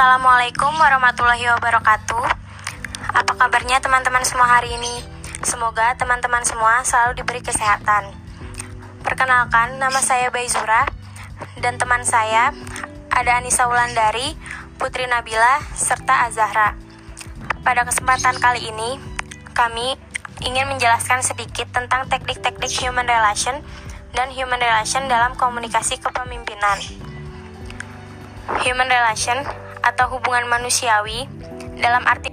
Assalamualaikum warahmatullahi wabarakatuh. Apa kabarnya teman-teman semua hari ini? Semoga teman-teman semua selalu diberi kesehatan. Perkenalkan, nama saya Baizura dan teman saya ada Anissa Wulandari, Putri Nabila, serta Azahra. Pada kesempatan kali ini, kami ingin menjelaskan sedikit tentang teknik-teknik human relation dan human relation dalam komunikasi kepemimpinan. Human relation atau hubungan manusiawi dalam arti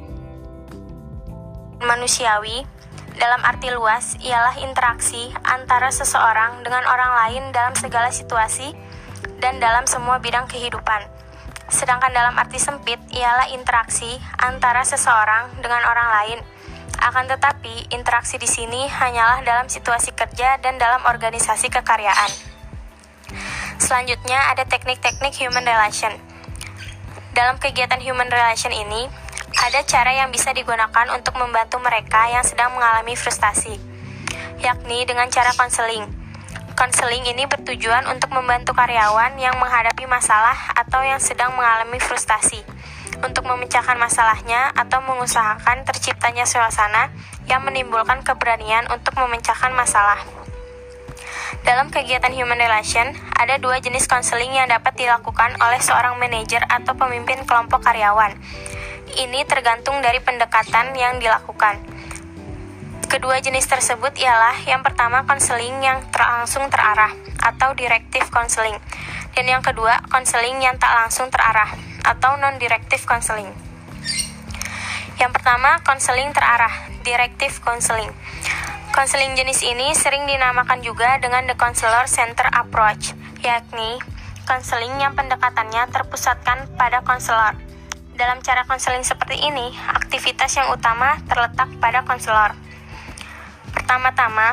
luas ialah interaksi antara seseorang dengan orang lain dalam segala situasi dan dalam semua bidang kehidupan. Sedangkan dalam arti sempit ialah interaksi antara seseorang dengan orang lain. Akan tetapi, interaksi di sini hanyalah dalam situasi kerja dan dalam organisasi kekaryaan. Selanjutnya ada teknik-teknik human relation. Dalam kegiatan human relation ini, ada cara yang bisa digunakan untuk membantu mereka yang sedang mengalami frustasi, yakni dengan cara konseling. Konseling ini bertujuan untuk membantu karyawan yang menghadapi masalah atau yang sedang mengalami frustasi, untuk memecahkan masalahnya atau mengusahakan terciptanya suasana yang menimbulkan keberanian untuk memecahkan masalah. Dalam kegiatan human relation, ada dua jenis konseling yang dapat dilakukan oleh seorang manajer atau pemimpin kelompok karyawan. Ini tergantung dari pendekatan yang dilakukan. Kedua jenis tersebut ialah yang pertama konseling yang langsung terarah atau directive counseling, dan yang kedua konseling yang tak langsung terarah atau non-directive counseling. Yang pertama, konseling terarah, directive counseling. Konseling jenis ini sering dinamakan juga dengan the counselor center approach, yakni konseling yang pendekatannya terpusatkan pada konselor. Dalam cara konseling seperti ini, aktivitas yang utama terletak pada konselor. Pertama-tama,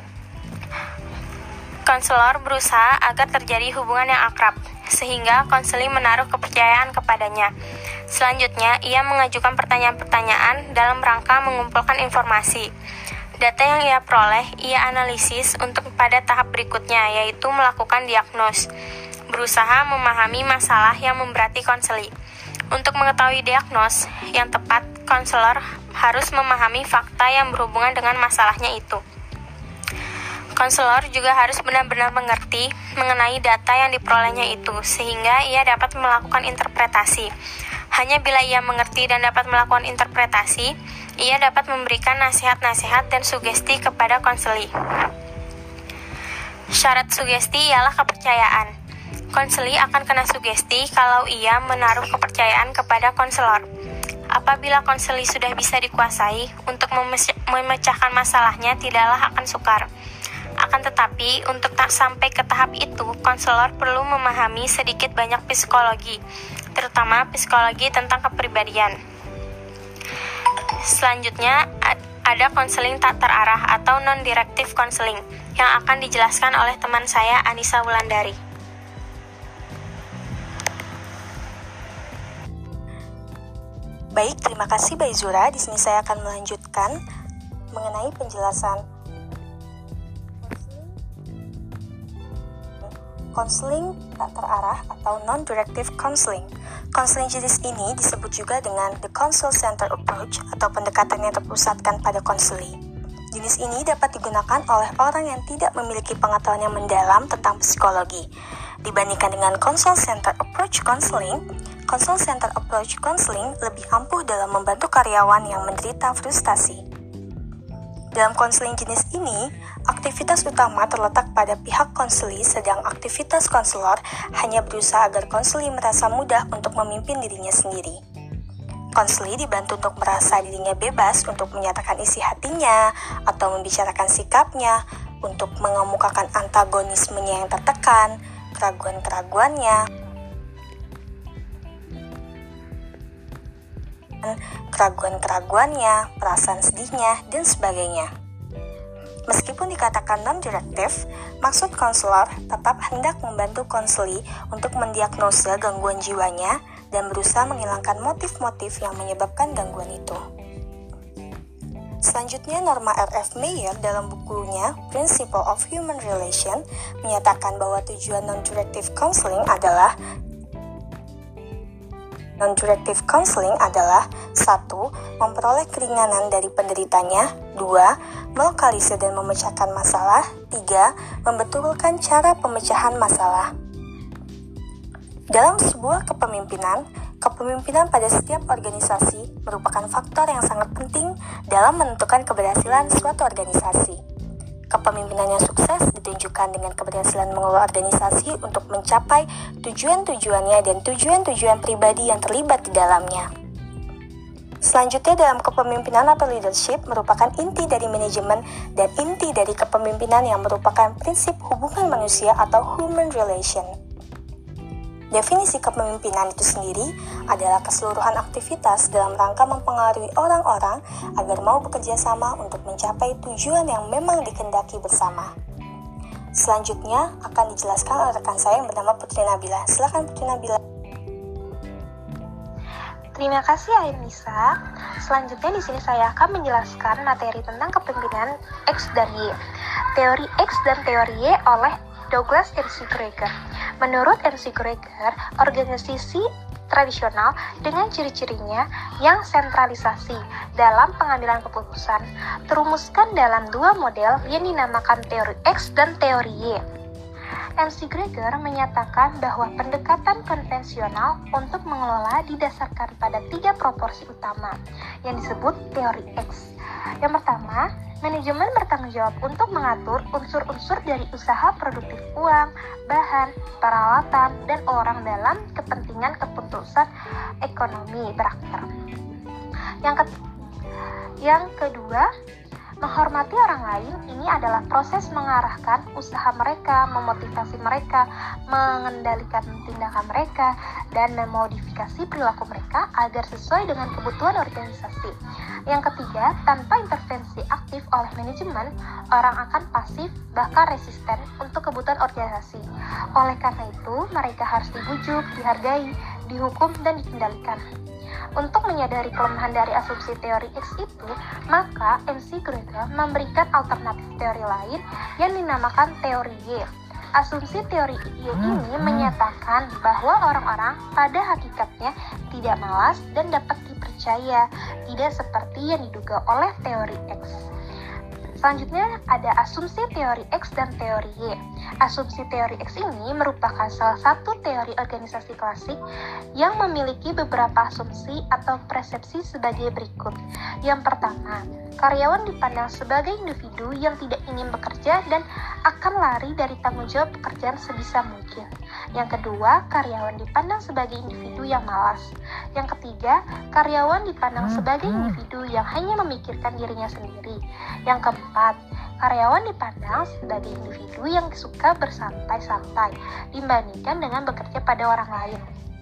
konselor berusaha agar terjadi hubungan yang akrab, sehingga konseling menaruh kepercayaan kepadanya. Selanjutnya, ia mengajukan pertanyaan-pertanyaan dalam rangka mengumpulkan informasi. Data yang ia peroleh, ia analisis untuk pada tahap berikutnya, yaitu melakukan diagnos, berusaha memahami masalah yang memberati konseli. Untuk mengetahui diagnos yang tepat, konselor harus memahami fakta yang berhubungan dengan masalahnya itu. Konselor juga harus benar-benar mengerti mengenai data yang diperolehnya itu, sehingga ia dapat melakukan interpretasi. Hanya bila ia mengerti dan dapat melakukan interpretasi, ia dapat memberikan nasihat-nasihat dan sugesti kepada konseli. Syarat sugesti ialah kepercayaan. Konseli akan kena sugesti kalau ia menaruh kepercayaan kepada konselor. Apabila konseli sudah bisa dikuasai, untuk memecahkan masalahnya tidaklah akan sukar. Akan tetapi, untuk tak sampai ke tahap itu, konselor perlu memahami sedikit banyak psikologi, terutama psikologi tentang kepribadian. Selanjutnya, ada konseling tak terarah atau non-directive counseling yang akan dijelaskan oleh teman saya Anissa Wulandari. Baik, terima kasih Baizura. Di sini saya akan melanjutkan mengenai penjelasan konseling tak terarah atau non-directive counseling. Konseling jenis ini disebut juga dengan the counsel center approach atau pendekatan yang terpusatkan pada konseli. Jenis ini dapat digunakan oleh orang yang tidak memiliki pengetahuan yang mendalam tentang psikologi. Dibandingkan dengan counsel center approach counseling, counsel center approach counseling lebih ampuh dalam membantu karyawan yang menderita frustasi. Dalam konseling jenis ini, aktivitas utama terletak pada pihak konseli, sedang aktivitas konselor hanya berusaha agar konseli merasa mudah untuk memimpin dirinya sendiri. Konseli dibantu untuk merasa dirinya bebas untuk menyatakan isi hatinya atau membicarakan sikapnya, untuk mengemukakan antagonismenya yang tertekan, keraguan-keraguannya, perasaan sedihnya, dan sebagainya. Meskipun dikatakan non-directive, maksud konselor tetap hendak membantu konseli untuk mendiagnosa gangguan jiwanya dan berusaha menghilangkan motif-motif yang menyebabkan gangguan itu. Selanjutnya, Norma R.F. Meyer dalam bukunya Principle of Human Relation menyatakan bahwa tujuan non-directive counseling adalah Non-directive counseling adalah 1. Memperoleh keringanan dari penderitanya, 2. Melokalisir dan memecahkan masalah, 3. Membetulkan cara pemecahan masalah. Dalam sebuah kepemimpinan pada setiap organisasi merupakan faktor yang sangat penting dalam menentukan keberhasilan suatu organisasi. Kepemimpinan yang sukses ditunjukkan dengan keberhasilan mengelola organisasi untuk mencapai tujuan-tujuannya dan tujuan-tujuan pribadi yang terlibat di dalamnya. Selanjutnya dalam kepemimpinan atau leadership merupakan inti dari manajemen dan inti dari kepemimpinan yang merupakan prinsip hubungan manusia atau human relation. Definisi kepemimpinan itu sendiri adalah keseluruhan aktivitas dalam rangka mempengaruhi orang-orang agar mau bekerja sama untuk mencapai tujuan yang memang dikehendaki bersama. Selanjutnya akan dijelaskan oleh rekan saya yang bernama Putri Nabila. Silakan Putri Nabila. Terima kasih Ainisa. Selanjutnya di sini saya akan menjelaskan materi tentang kepemimpinan X dan Y. Teori X dan teori Y oleh Douglas R.C. Greger. Menurut R.C. Greger, organisasi tradisional dengan ciri-cirinya yang sentralisasi dalam pengambilan keputusan terumuskan dalam dua model yang dinamakan teori X dan teori Y. R.C. Greger menyatakan bahwa pendekatan konvensional untuk mengelola didasarkan pada tiga proporsi utama yang disebut teori X. Yang pertama, manajemen bertanggung jawab untuk mengatur unsur-unsur dari usaha produktif uang, bahan, peralatan, dan orang dalam kepentingan keputusan ekonomi berakhir. Yang kedua, menghormati orang lain ini adalah proses mengarahkan usaha mereka, memotivasi mereka, mengendalikan tindakan mereka, dan memodifikasi perilaku mereka agar sesuai dengan kebutuhan organisasi. Yang ketiga, tanpa intervensi aktif oleh manajemen, orang akan pasif bahkan resisten untuk kebutuhan organisasi. Oleh karena itu, mereka harus dibujuk, dihargai, dihukum, dan dikendalikan. Untuk menyadari kelemahan dari asumsi teori X itu, maka R.C. Greger memberikan alternatif teori lain yang dinamakan teori Y. Asumsi teori Y ini menyatakan bahwa orang-orang pada hakikatnya tidak malas dan dapat dipercaya, tidak seperti yang diduga oleh teori X. Selanjutnya ada asumsi teori X dan teori Y. Asumsi teori X ini merupakan salah satu teori organisasi klasik yang memiliki beberapa asumsi atau persepsi sebagai berikut. Yang pertama, karyawan dipandang sebagai individu yang tidak ingin bekerja dan akan lari dari tanggung jawab pekerjaan sebisa mungkin. Yang kedua, karyawan dipandang sebagai individu yang malas. Yang ketiga, karyawan dipandang sebagai individu yang hanya memikirkan dirinya sendiri. Yang keempat, karyawan dipandang sebagai individu yang suka bersantai-santai dibandingkan dengan bekerja pada orang lain.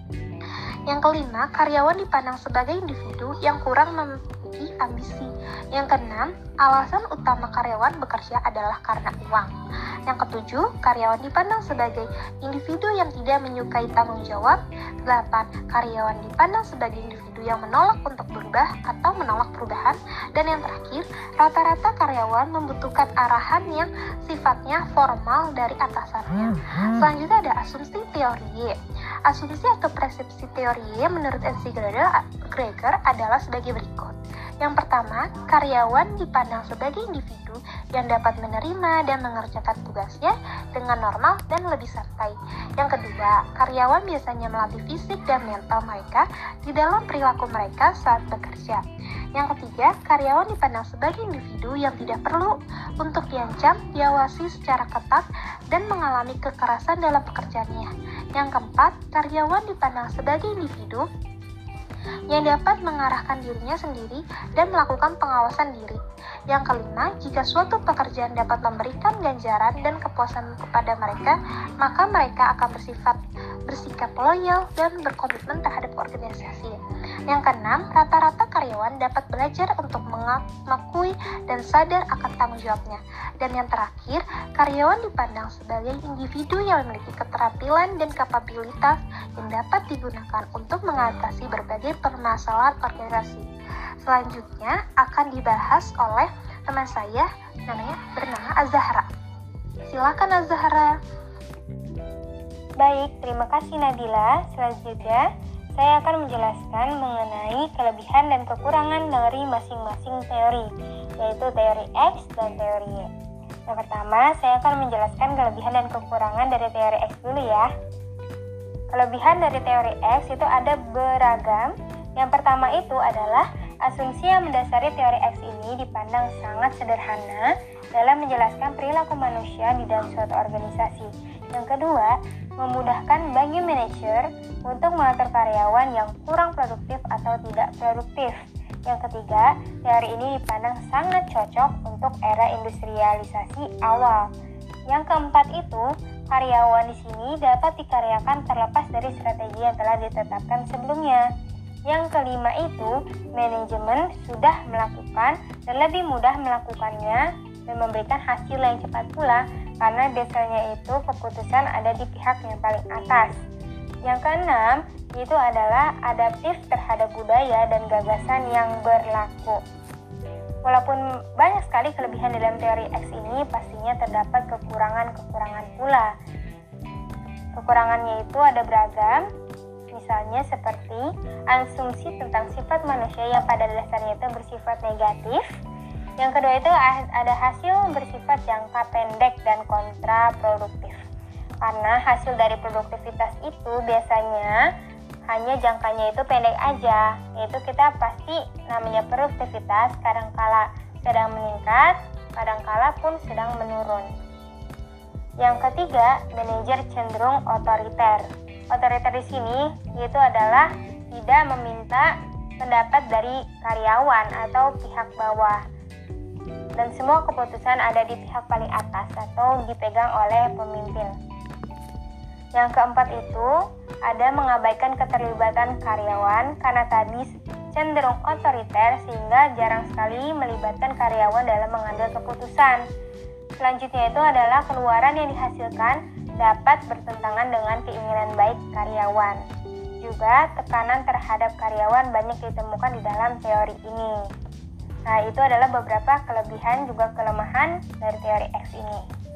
Yang kelima, karyawan dipandang sebagai individu yang kurang memiliki ambisi. Yang keenam, alasan utama karyawan bekerja adalah karena uang. Yang ketujuh, karyawan dipandang sebagai individu yang tidak menyukai tanggung jawab. 8. Karyawan dipandang sebagai individu yang menolak untuk berubah atau menolak perubahan. Dan yang terakhir, rata-rata karyawan membutuhkan arahan yang sifatnya formal dari atasannya. Selanjutnya ada asumsi teori Y. Asumsi atau persepsi teori Y menurut R.C. Greger adalah sebagai berikut. Yang pertama, karyawan dipandang sebagai individu yang dapat menerima dan mengerjakan tugasnya dengan normal dan lebih santai. Yang kedua, karyawan biasanya melatih fisik dan mental mereka di dalam perilaku mereka saat bekerja. Yang ketiga, karyawan dipandang sebagai individu yang tidak perlu untuk diancam, diawasi secara ketat, dan mengalami kekerasan dalam pekerjaannya. Yang keempat, karyawan dipandang sebagai individu yang dapat mengarahkan dirinya sendiri dan melakukan pengawasan diri. Yang kelima, jika suatu pekerjaan dapat memberikan ganjaran dan kepuasan kepada mereka, maka mereka akan bersikap loyal dan berkomitmen terhadap organisasi. Yang keenam, rata-rata karyawan dapat belajar untuk mengakui dan sadar akan tanggung jawabnya. Dan yang terakhir, karyawan dipandang sebagai individu yang memiliki keterampilan dan kapabilitas yang dapat digunakan untuk mengatasi berbagai permasalahan organisasi. Selanjutnya akan dibahas oleh teman saya bernama Az-Zahra. Silakan Az-Zahra. Baik, terima kasih Nabila. Selanjutnya saya akan menjelaskan mengenai kelebihan dan kekurangan dari masing-masing teori, yaitu teori X dan teori Y. Yang pertama, saya akan menjelaskan kelebihan dan kekurangan dari teori X dulu ya. Kelebihan dari teori X itu ada beragam. Yang pertama itu adalah asumsi yang mendasari teori X ini dipandang sangat sederhana dalam menjelaskan perilaku manusia di dalam suatu organisasi. Yang kedua, memudahkan bagi manajer untuk mengatur karyawan yang kurang produktif atau tidak produktif. Yang ketiga, teori ini dipandang sangat cocok untuk era industrialisasi awal. Yang keempat itu, karyawan di sini dapat dikaryakan terlepas dari strategi yang telah ditetapkan sebelumnya. Yang kelima itu, manajemen sudah melakukan dan lebih mudah melakukannya dan memberikan hasil yang cepat pula karena biasanya itu keputusan ada di pihak yang paling atas. Yang keenam, itu adalah adaptif terhadap budaya dan gagasan yang berlaku. Walaupun banyak sekali kelebihan dalam teori X ini, pastinya terdapat kekurangan-kekurangan pula. Kekurangannya itu ada beragam, misalnya seperti asumsi tentang sifat manusia yang pada dasarnya itu bersifat negatif. Yang kedua itu ada hasil bersifat jangka pendek dan kontraproduktif. Karena hasil dari produktivitas itu biasanya hanya jangkanya itu pendek aja, yaitu kita pasti namanya produktivitas kadangkala sedang meningkat, kadangkala pun sedang menurun. Yang ketiga, manajer cenderung otoriter. Otoriter di sini yaitu adalah tidak meminta pendapat dari karyawan atau pihak bawah. Dan semua keputusan ada di pihak paling atas atau dipegang oleh pemimpin. Yang keempat itu ada mengabaikan keterlibatan karyawan karena tadi cenderung otoriter sehingga jarang sekali melibatkan karyawan dalam mengambil keputusan. Selanjutnya itu adalah keluaran yang dihasilkan dapat bertentangan dengan keinginan baik karyawan. Juga tekanan terhadap karyawan banyak ditemukan di dalam teori ini. Nah, itu adalah beberapa kelebihan juga kelemahan dari teori X ini.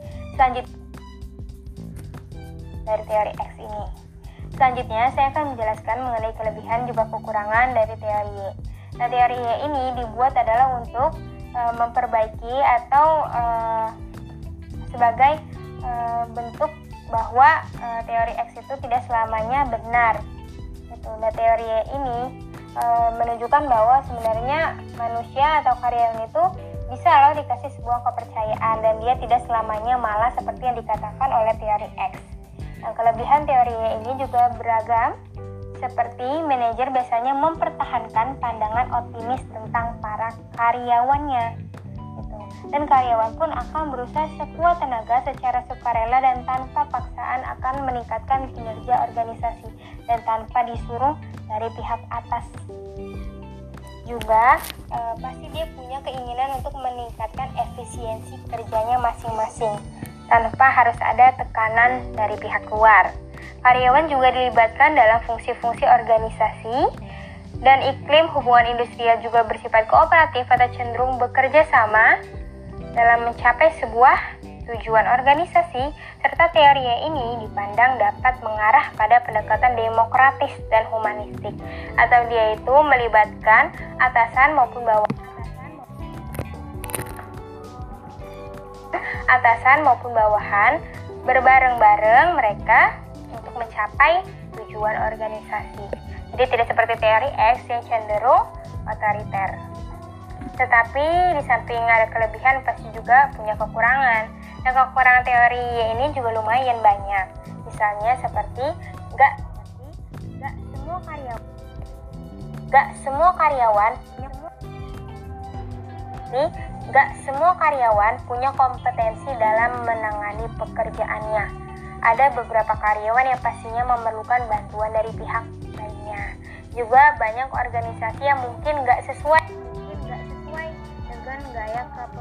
Selanjutnya, saya akan menjelaskan mengenai kelebihan juga kekurangan dari teori Y. Nah, teori Y ini dibuat adalah untuk memperbaiki atau sebagai bentuk bahwa teori X itu tidak selamanya benar. Nah, teori Y ini menunjukkan bahwa sebenarnya manusia atau karyawan itu bisa loh dikasih sebuah kepercayaan dan dia tidak selamanya malah seperti yang dikatakan oleh teori X. Nah, kelebihan teori Y ini juga beragam, seperti manajer biasanya mempertahankan pandangan optimis tentang para karyawannya. Dan karyawan pun akan berusaha sekuat tenaga secara sukarela dan tanpa paksaan akan meningkatkan kinerja organisasi dan tanpa disuruh dari pihak atas. Juga pasti dia punya keinginan untuk meningkatkan efisiensi kerjanya masing-masing tanpa harus ada tekanan dari pihak luar. Karyawan juga dilibatkan dalam fungsi-fungsi organisasi dan iklim hubungan industrial juga bersifat kooperatif atau cenderung bekerja sama dalam mencapai sebuah tujuan organisasi, serta teori ini dipandang dapat mengarah pada pendekatan demokratis dan humanistik, atau dia itu melibatkan atasan maupun bawahan berbareng-bareng mereka untuk mencapai tujuan organisasi. Jadi tidak seperti teori X yang cenderung otoriter. Tetapi di samping ada kelebihan pasti juga punya kekurangan. Dan kekurangan teori ini juga lumayan banyak. Misalnya seperti gak semua karyawan punya kompetensi dalam menangani pekerjaannya. Ada beberapa karyawan yang pastinya memerlukan bantuan dari pihak lainnya. Juga banyak organisasi yang mungkin gak sesuai dengan gaya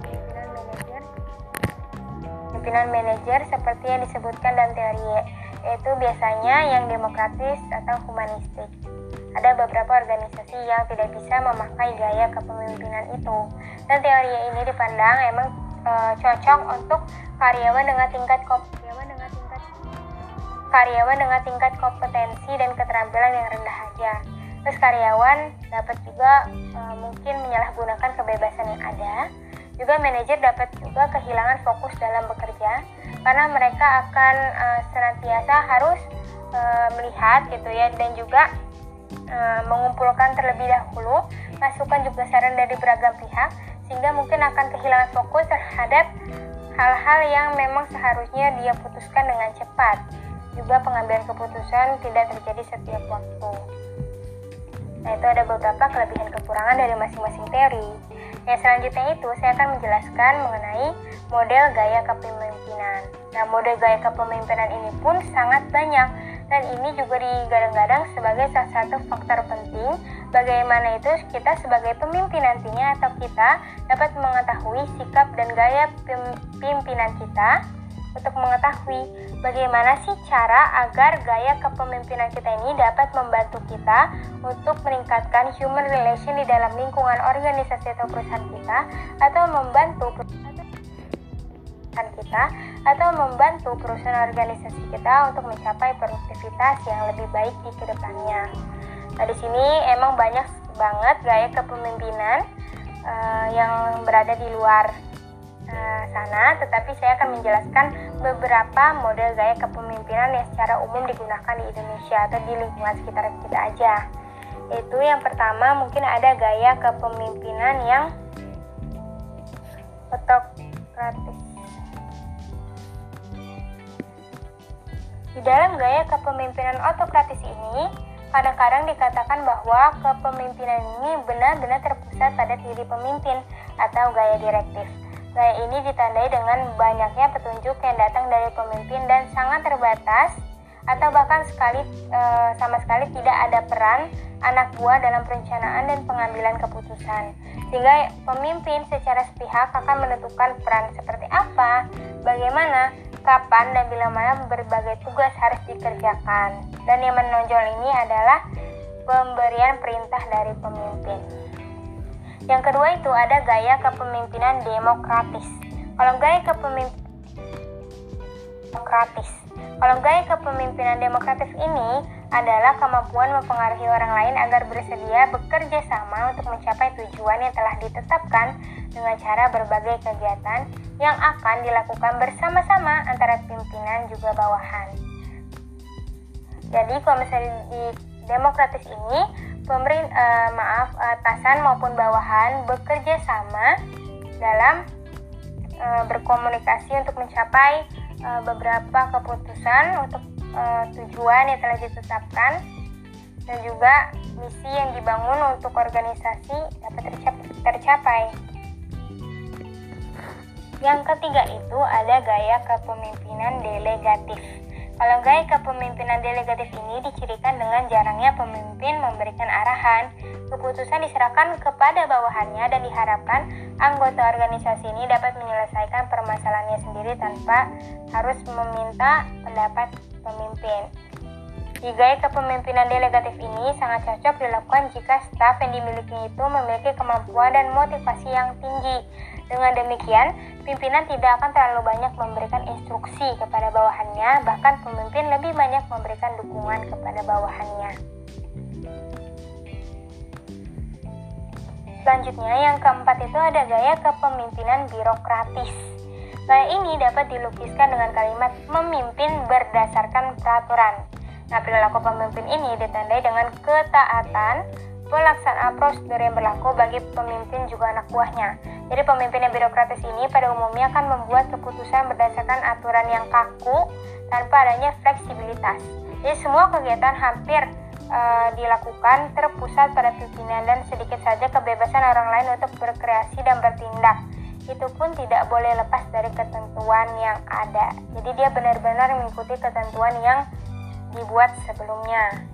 kepemimpinan manajer seperti yang disebutkan dalam teori Y, yaitu biasanya yang demokratis atau humanistik. Ada beberapa organisasi yang tidak bisa memakai gaya kepemimpinan itu, dan teori Y ini dipandang emang cocok untuk karyawan dengan tingkat karyawan dengan tingkat kompetensi dan keterampilan yang rendah aja. Terus karyawan dapat juga mungkin menyalahgunakan kebebasan yang ada. Juga manajer dapat juga kehilangan fokus dalam bekerja karena mereka akan senantiasa harus melihat gitu ya, dan juga mengumpulkan terlebih dahulu masukan juga saran dari beragam pihak, sehingga mungkin akan kehilangan fokus terhadap hal-hal yang memang seharusnya dia putuskan dengan cepat. Juga pengambilan keputusan tidak terjadi setiap waktu. Nah, itu ada beberapa kelebihan kekurangan dari masing-masing teori. Yang selanjutnya itu saya akan menjelaskan mengenai model gaya kepemimpinan. Nah, model gaya kepemimpinan ini pun sangat banyak, dan ini juga digadang-gadang sebagai salah satu faktor penting bagaimana itu kita sebagai pemimpin nantinya, atau kita dapat mengetahui sikap dan gaya pimpinan kita untuk mengetahui bagaimana sih cara agar gaya kepemimpinan kita ini dapat membantu kita untuk meningkatkan human relation di dalam lingkungan organisasi atau perusahaan kita, atau membantu perusahaan organisasi kita untuk mencapai produktivitas yang lebih baik di kedepannya. Nah, di sini emang banyak banget gaya kepemimpinan yang berada di luar sana, tetapi saya akan menjelaskan beberapa model gaya kepemimpinan yang secara umum digunakan di Indonesia atau di lingkungan sekitar kita aja. Itu yang pertama, mungkin ada gaya kepemimpinan yang otokratis. Di dalam gaya kepemimpinan otokratis ini, kadang-kadang dikatakan bahwa kepemimpinan ini benar-benar terpusat pada diri pemimpin atau gaya direktif. Gaya ini ditandai dengan banyaknya petunjuk yang datang dari pemimpin dan sangat terbatas atau bahkan sama sekali tidak ada peran anak buah dalam perencanaan dan pengambilan keputusan. Sehingga pemimpin secara sepihak akan menentukan peran seperti apa, bagaimana, kapan, dan bila mana berbagai tugas harus dikerjakan. Dan yang menonjol ini adalah pemberian perintah dari pemimpin. Yang kedua itu ada gaya kepemimpinan demokratis. Kalau gaya kepemimpinan demokratis ini adalah kemampuan mempengaruhi orang lain agar bersedia bekerja sama untuk mencapai tujuan yang telah ditetapkan dengan cara berbagai kegiatan yang akan dilakukan bersama-sama antara pimpinan juga bawahan. Jadi kalau misalnya di demokratis ini, atasan maupun bawahan bekerja sama dalam berkomunikasi untuk mencapai beberapa keputusan untuk tujuan yang telah ditetapkan, dan juga misi yang dibangun untuk organisasi dapat tercapai. Yang ketiga itu ada gaya kepemimpinan delegatif. Kalau gaya kepemimpinan delegatif ini dicirikan dengan jarangnya pemimpin memberikan arahan, keputusan diserahkan kepada bawahannya, dan diharapkan anggota organisasi ini dapat menyelesaikan permasalahannya sendiri tanpa harus meminta pendapat pemimpin. Di gaya kepemimpinan delegatif ini sangat cocok dilakukan jika staf yang dimiliki itu memiliki kemampuan dan motivasi yang tinggi. Dengan demikian, pimpinan tidak akan terlalu banyak memberikan instruksi kepada bawahannya, bahkan pemimpin lebih banyak memberikan dukungan kepada bawahannya. Selanjutnya, yang keempat itu ada gaya kepemimpinan birokratis. Gaya ini dapat dilukiskan dengan kalimat memimpin berdasarkan peraturan. Nah, perilaku pemimpin ini ditandai dengan ketaatan pelaksanaan prosedur yang berlaku bagi pemimpin juga anak buahnya. Jadi pemimpin yang birokratis ini pada umumnya akan membuat keputusan berdasarkan aturan yang kaku tanpa adanya fleksibilitas. Jadi semua kegiatan hampir dilakukan terpusat pada pimpinan, dan sedikit saja kebebasan orang lain untuk berkreasi dan bertindak. Itu pun tidak boleh lepas dari ketentuan yang ada. Jadi dia benar-benar mengikuti ketentuan yang dibuat sebelumnya.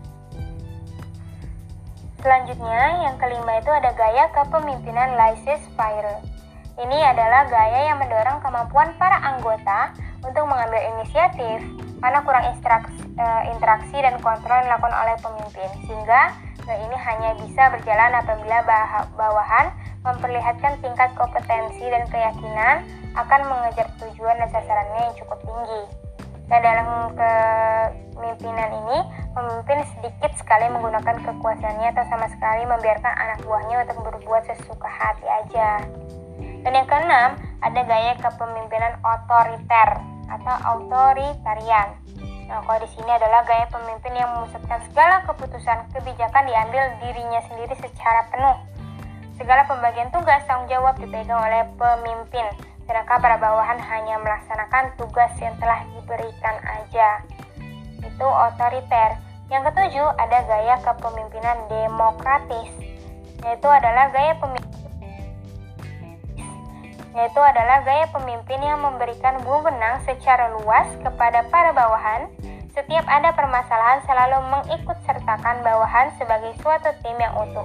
Selanjutnya, yang kelima itu ada gaya kepemimpinan laissez-faire. Ini adalah gaya yang mendorong kemampuan para anggota untuk mengambil inisiatif karena kurang interaksi dan kontrol yang dilakukan oleh pemimpin, sehingga gaya ini hanya bisa berjalan apabila bawahan memperlihatkan tingkat kompetensi dan keyakinan akan mengejar tujuan dan sasarannya yang cukup tinggi. Dan dalam kepemimpinan ini, pemimpin sedikit sekali menggunakan kekuasaannya atau sama sekali membiarkan anak buahnya untuk berbuat sesuka hati aja. Dan yang keenam, ada gaya kepemimpinan otoriter atau authoritarian. Nah, kalau di sini adalah gaya pemimpin yang memusatkan segala keputusan kebijakan diambil dirinya sendiri secara penuh. Segala pembagian tugas tanggung jawab dipegang oleh pemimpin, sedangkan para bawahan hanya melaksanakan tugas yang telah diberikan aja. Itu otoriter. Yang ketujuh, ada gaya kepemimpinan demokratis, yaitu adalah gaya pemimpin yang memberikan wewenang secara luas kepada para bawahan. Setiap ada permasalahan selalu mengikutsertakan bawahan sebagai suatu tim yang utuh.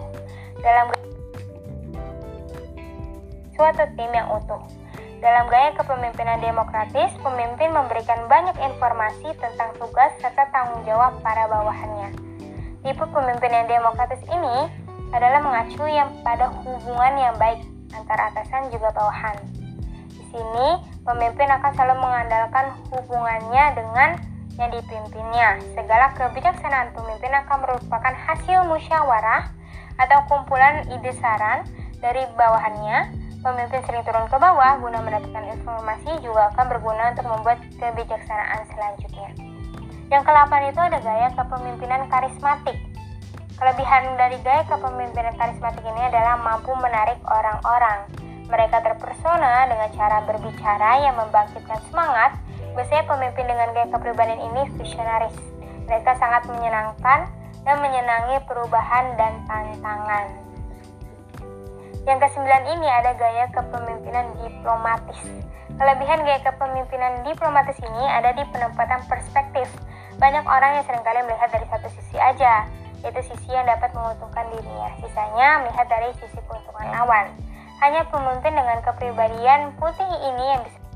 Dalam gaya kepemimpinan demokratis, pemimpin memberikan banyak informasi tentang tugas serta tanggung jawab para bawahannya. Tipe pemimpinan demokratis ini adalah mengacu pada hubungan yang baik antara atasan juga bawahan. Di sini, pemimpin akan selalu mengandalkan hubungannya dengan yang dipimpinnya. Segala kebijaksanaan pemimpin akan merupakan hasil musyawarah atau kumpulan ide saran dari bawahannya. Pemimpin sering turun ke bawah guna mendapatkan informasi juga akan berguna untuk membuat kebijaksanaan selanjutnya. Yang ke-8 itu ada gaya kepemimpinan karismatik. Kelebihan dari gaya kepemimpinan karismatik ini adalah mampu menarik orang-orang. Mereka terpersona dengan cara berbicara yang membangkitkan semangat. Biasanya pemimpin dengan gaya kepribadian ini visionaris. Mereka sangat menyenangkan dan menyenangi perubahan dan tantangan. Yang ke-9 ini ada gaya kepemimpinan diplomatis. Kelebihan gaya kepemimpinan diplomatis ini ada di penempatan perspektif. Banyak orang yang seringkali melihat dari satu sisi aja, yaitu sisi yang dapat menguntungkan dirinya. Sisanya melihat dari sisi keuntungan lawan. Hanya pemimpin dengan kepribadian putih ini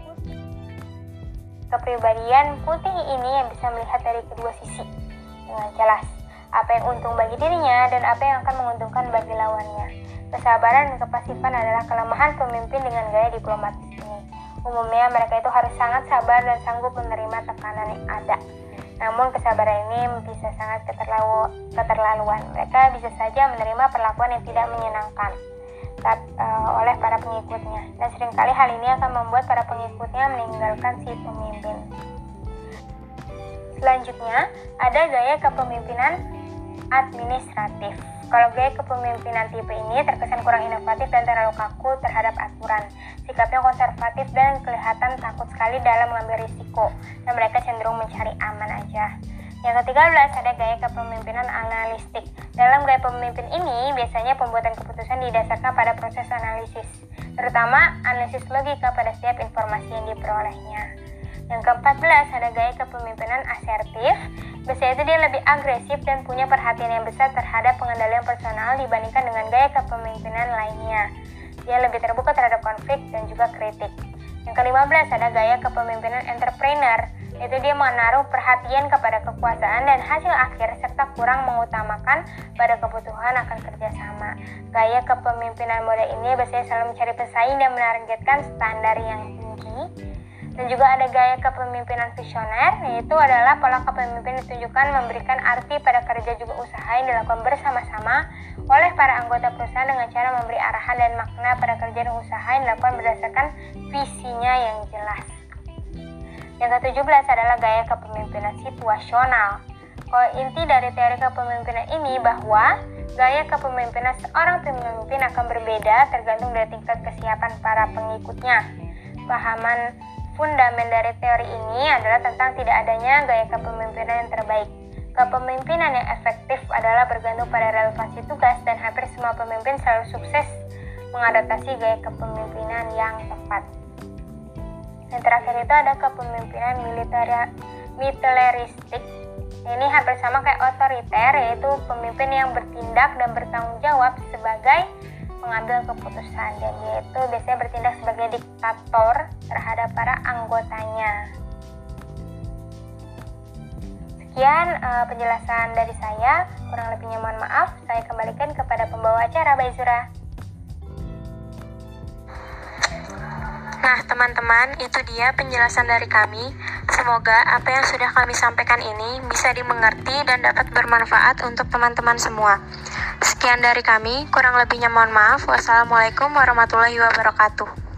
yang bisa melihat dari kedua sisi dengan jelas apa yang untung bagi dirinya dan apa yang akan menguntungkan bagi lawannya. Kesabaran dan kepasifan adalah kelemahan pemimpin dengan gaya diplomatis ini. Umumnya mereka itu harus sangat sabar dan sanggup menerima tekanan yang ada. Namun kesabaran ini bisa sangat keterlaluan. Mereka bisa saja menerima perlakuan yang tidak menyenangkan oleh para pengikutnya. Dan seringkali hal ini akan membuat para pengikutnya meninggalkan si pemimpin. Selanjutnya, ada gaya kepemimpinan administratif. Kalau gaya kepemimpinan tipe ini terkesan kurang inovatif dan terlalu kaku terhadap aturan. Sikapnya konservatif dan kelihatan takut sekali dalam mengambil risiko, dan mereka cenderung mencari aman aja. Yang ke-13 ada gaya kepemimpinan analistik. Dalam gaya pemimpin ini, biasanya pembuatan keputusan didasarkan pada proses analisis, terutama analisis logika pada setiap informasi yang diperolehnya. Yang ke-14 ada gaya kepemimpinan asertif. Biasanya itu dia lebih agresif dan punya perhatian yang besar terhadap pengendalian personal dibandingkan dengan gaya kepemimpinan lainnya. Dia lebih terbuka terhadap konflik dan juga kritik. Yang ke-15 ada gaya kepemimpinan entrepreneur, yaitu dia menaruh perhatian kepada kekuasaan dan hasil akhir serta kurang mengutamakan pada kebutuhan akan kerjasama. Gaya kepemimpinan mode ini biasanya selalu mencari pesaing dan menargetkan standar yang tinggi. Dan juga ada gaya kepemimpinan visioner, yaitu adalah pola kepemimpinan ditunjukkan memberikan arti pada kerja juga usaha yang dilakukan bersama-sama oleh para anggota perusahaan dengan cara memberi arahan dan makna pada kerja dan usaha yang dilakukan berdasarkan visinya yang jelas. Yang ke-17 adalah gaya kepemimpinan situasional. Kalau inti dari teori kepemimpinan ini bahwa gaya kepemimpinan seorang pemimpin akan berbeda tergantung dari tingkat kesiapan para pengikutnya. Pahaman fundamen dari teori ini adalah tentang tidak adanya gaya kepemimpinan yang terbaik. Kepemimpinan yang efektif adalah bergantung pada relevansi tugas dan hampir semua pemimpin selalu sukses mengadaptasi gaya kepemimpinan yang tepat. Yang terakhir itu ada kepemimpinan militeristik. Ini hampir sama kayak otoriter, yaitu pemimpin yang bertindak dan bertanggung jawab sebagai mengambil keputusan, dan dia itu biasanya bertindak sebagai diktator terhadap para anggotanya. Sekian penjelasan dari saya, kurang lebihnya mohon maaf. Saya kembalikan kepada pembawa acara, Baizura. Nah teman-teman, itu dia penjelasan dari kami. Semoga Semoga apa yang sudah kami sampaikan ini bisa dimengerti dan dapat bermanfaat untuk teman-teman semua. Sekian dari kami, kurang lebihnya mohon maaf. Wassalamualaikum warahmatullahi wabarakatuh.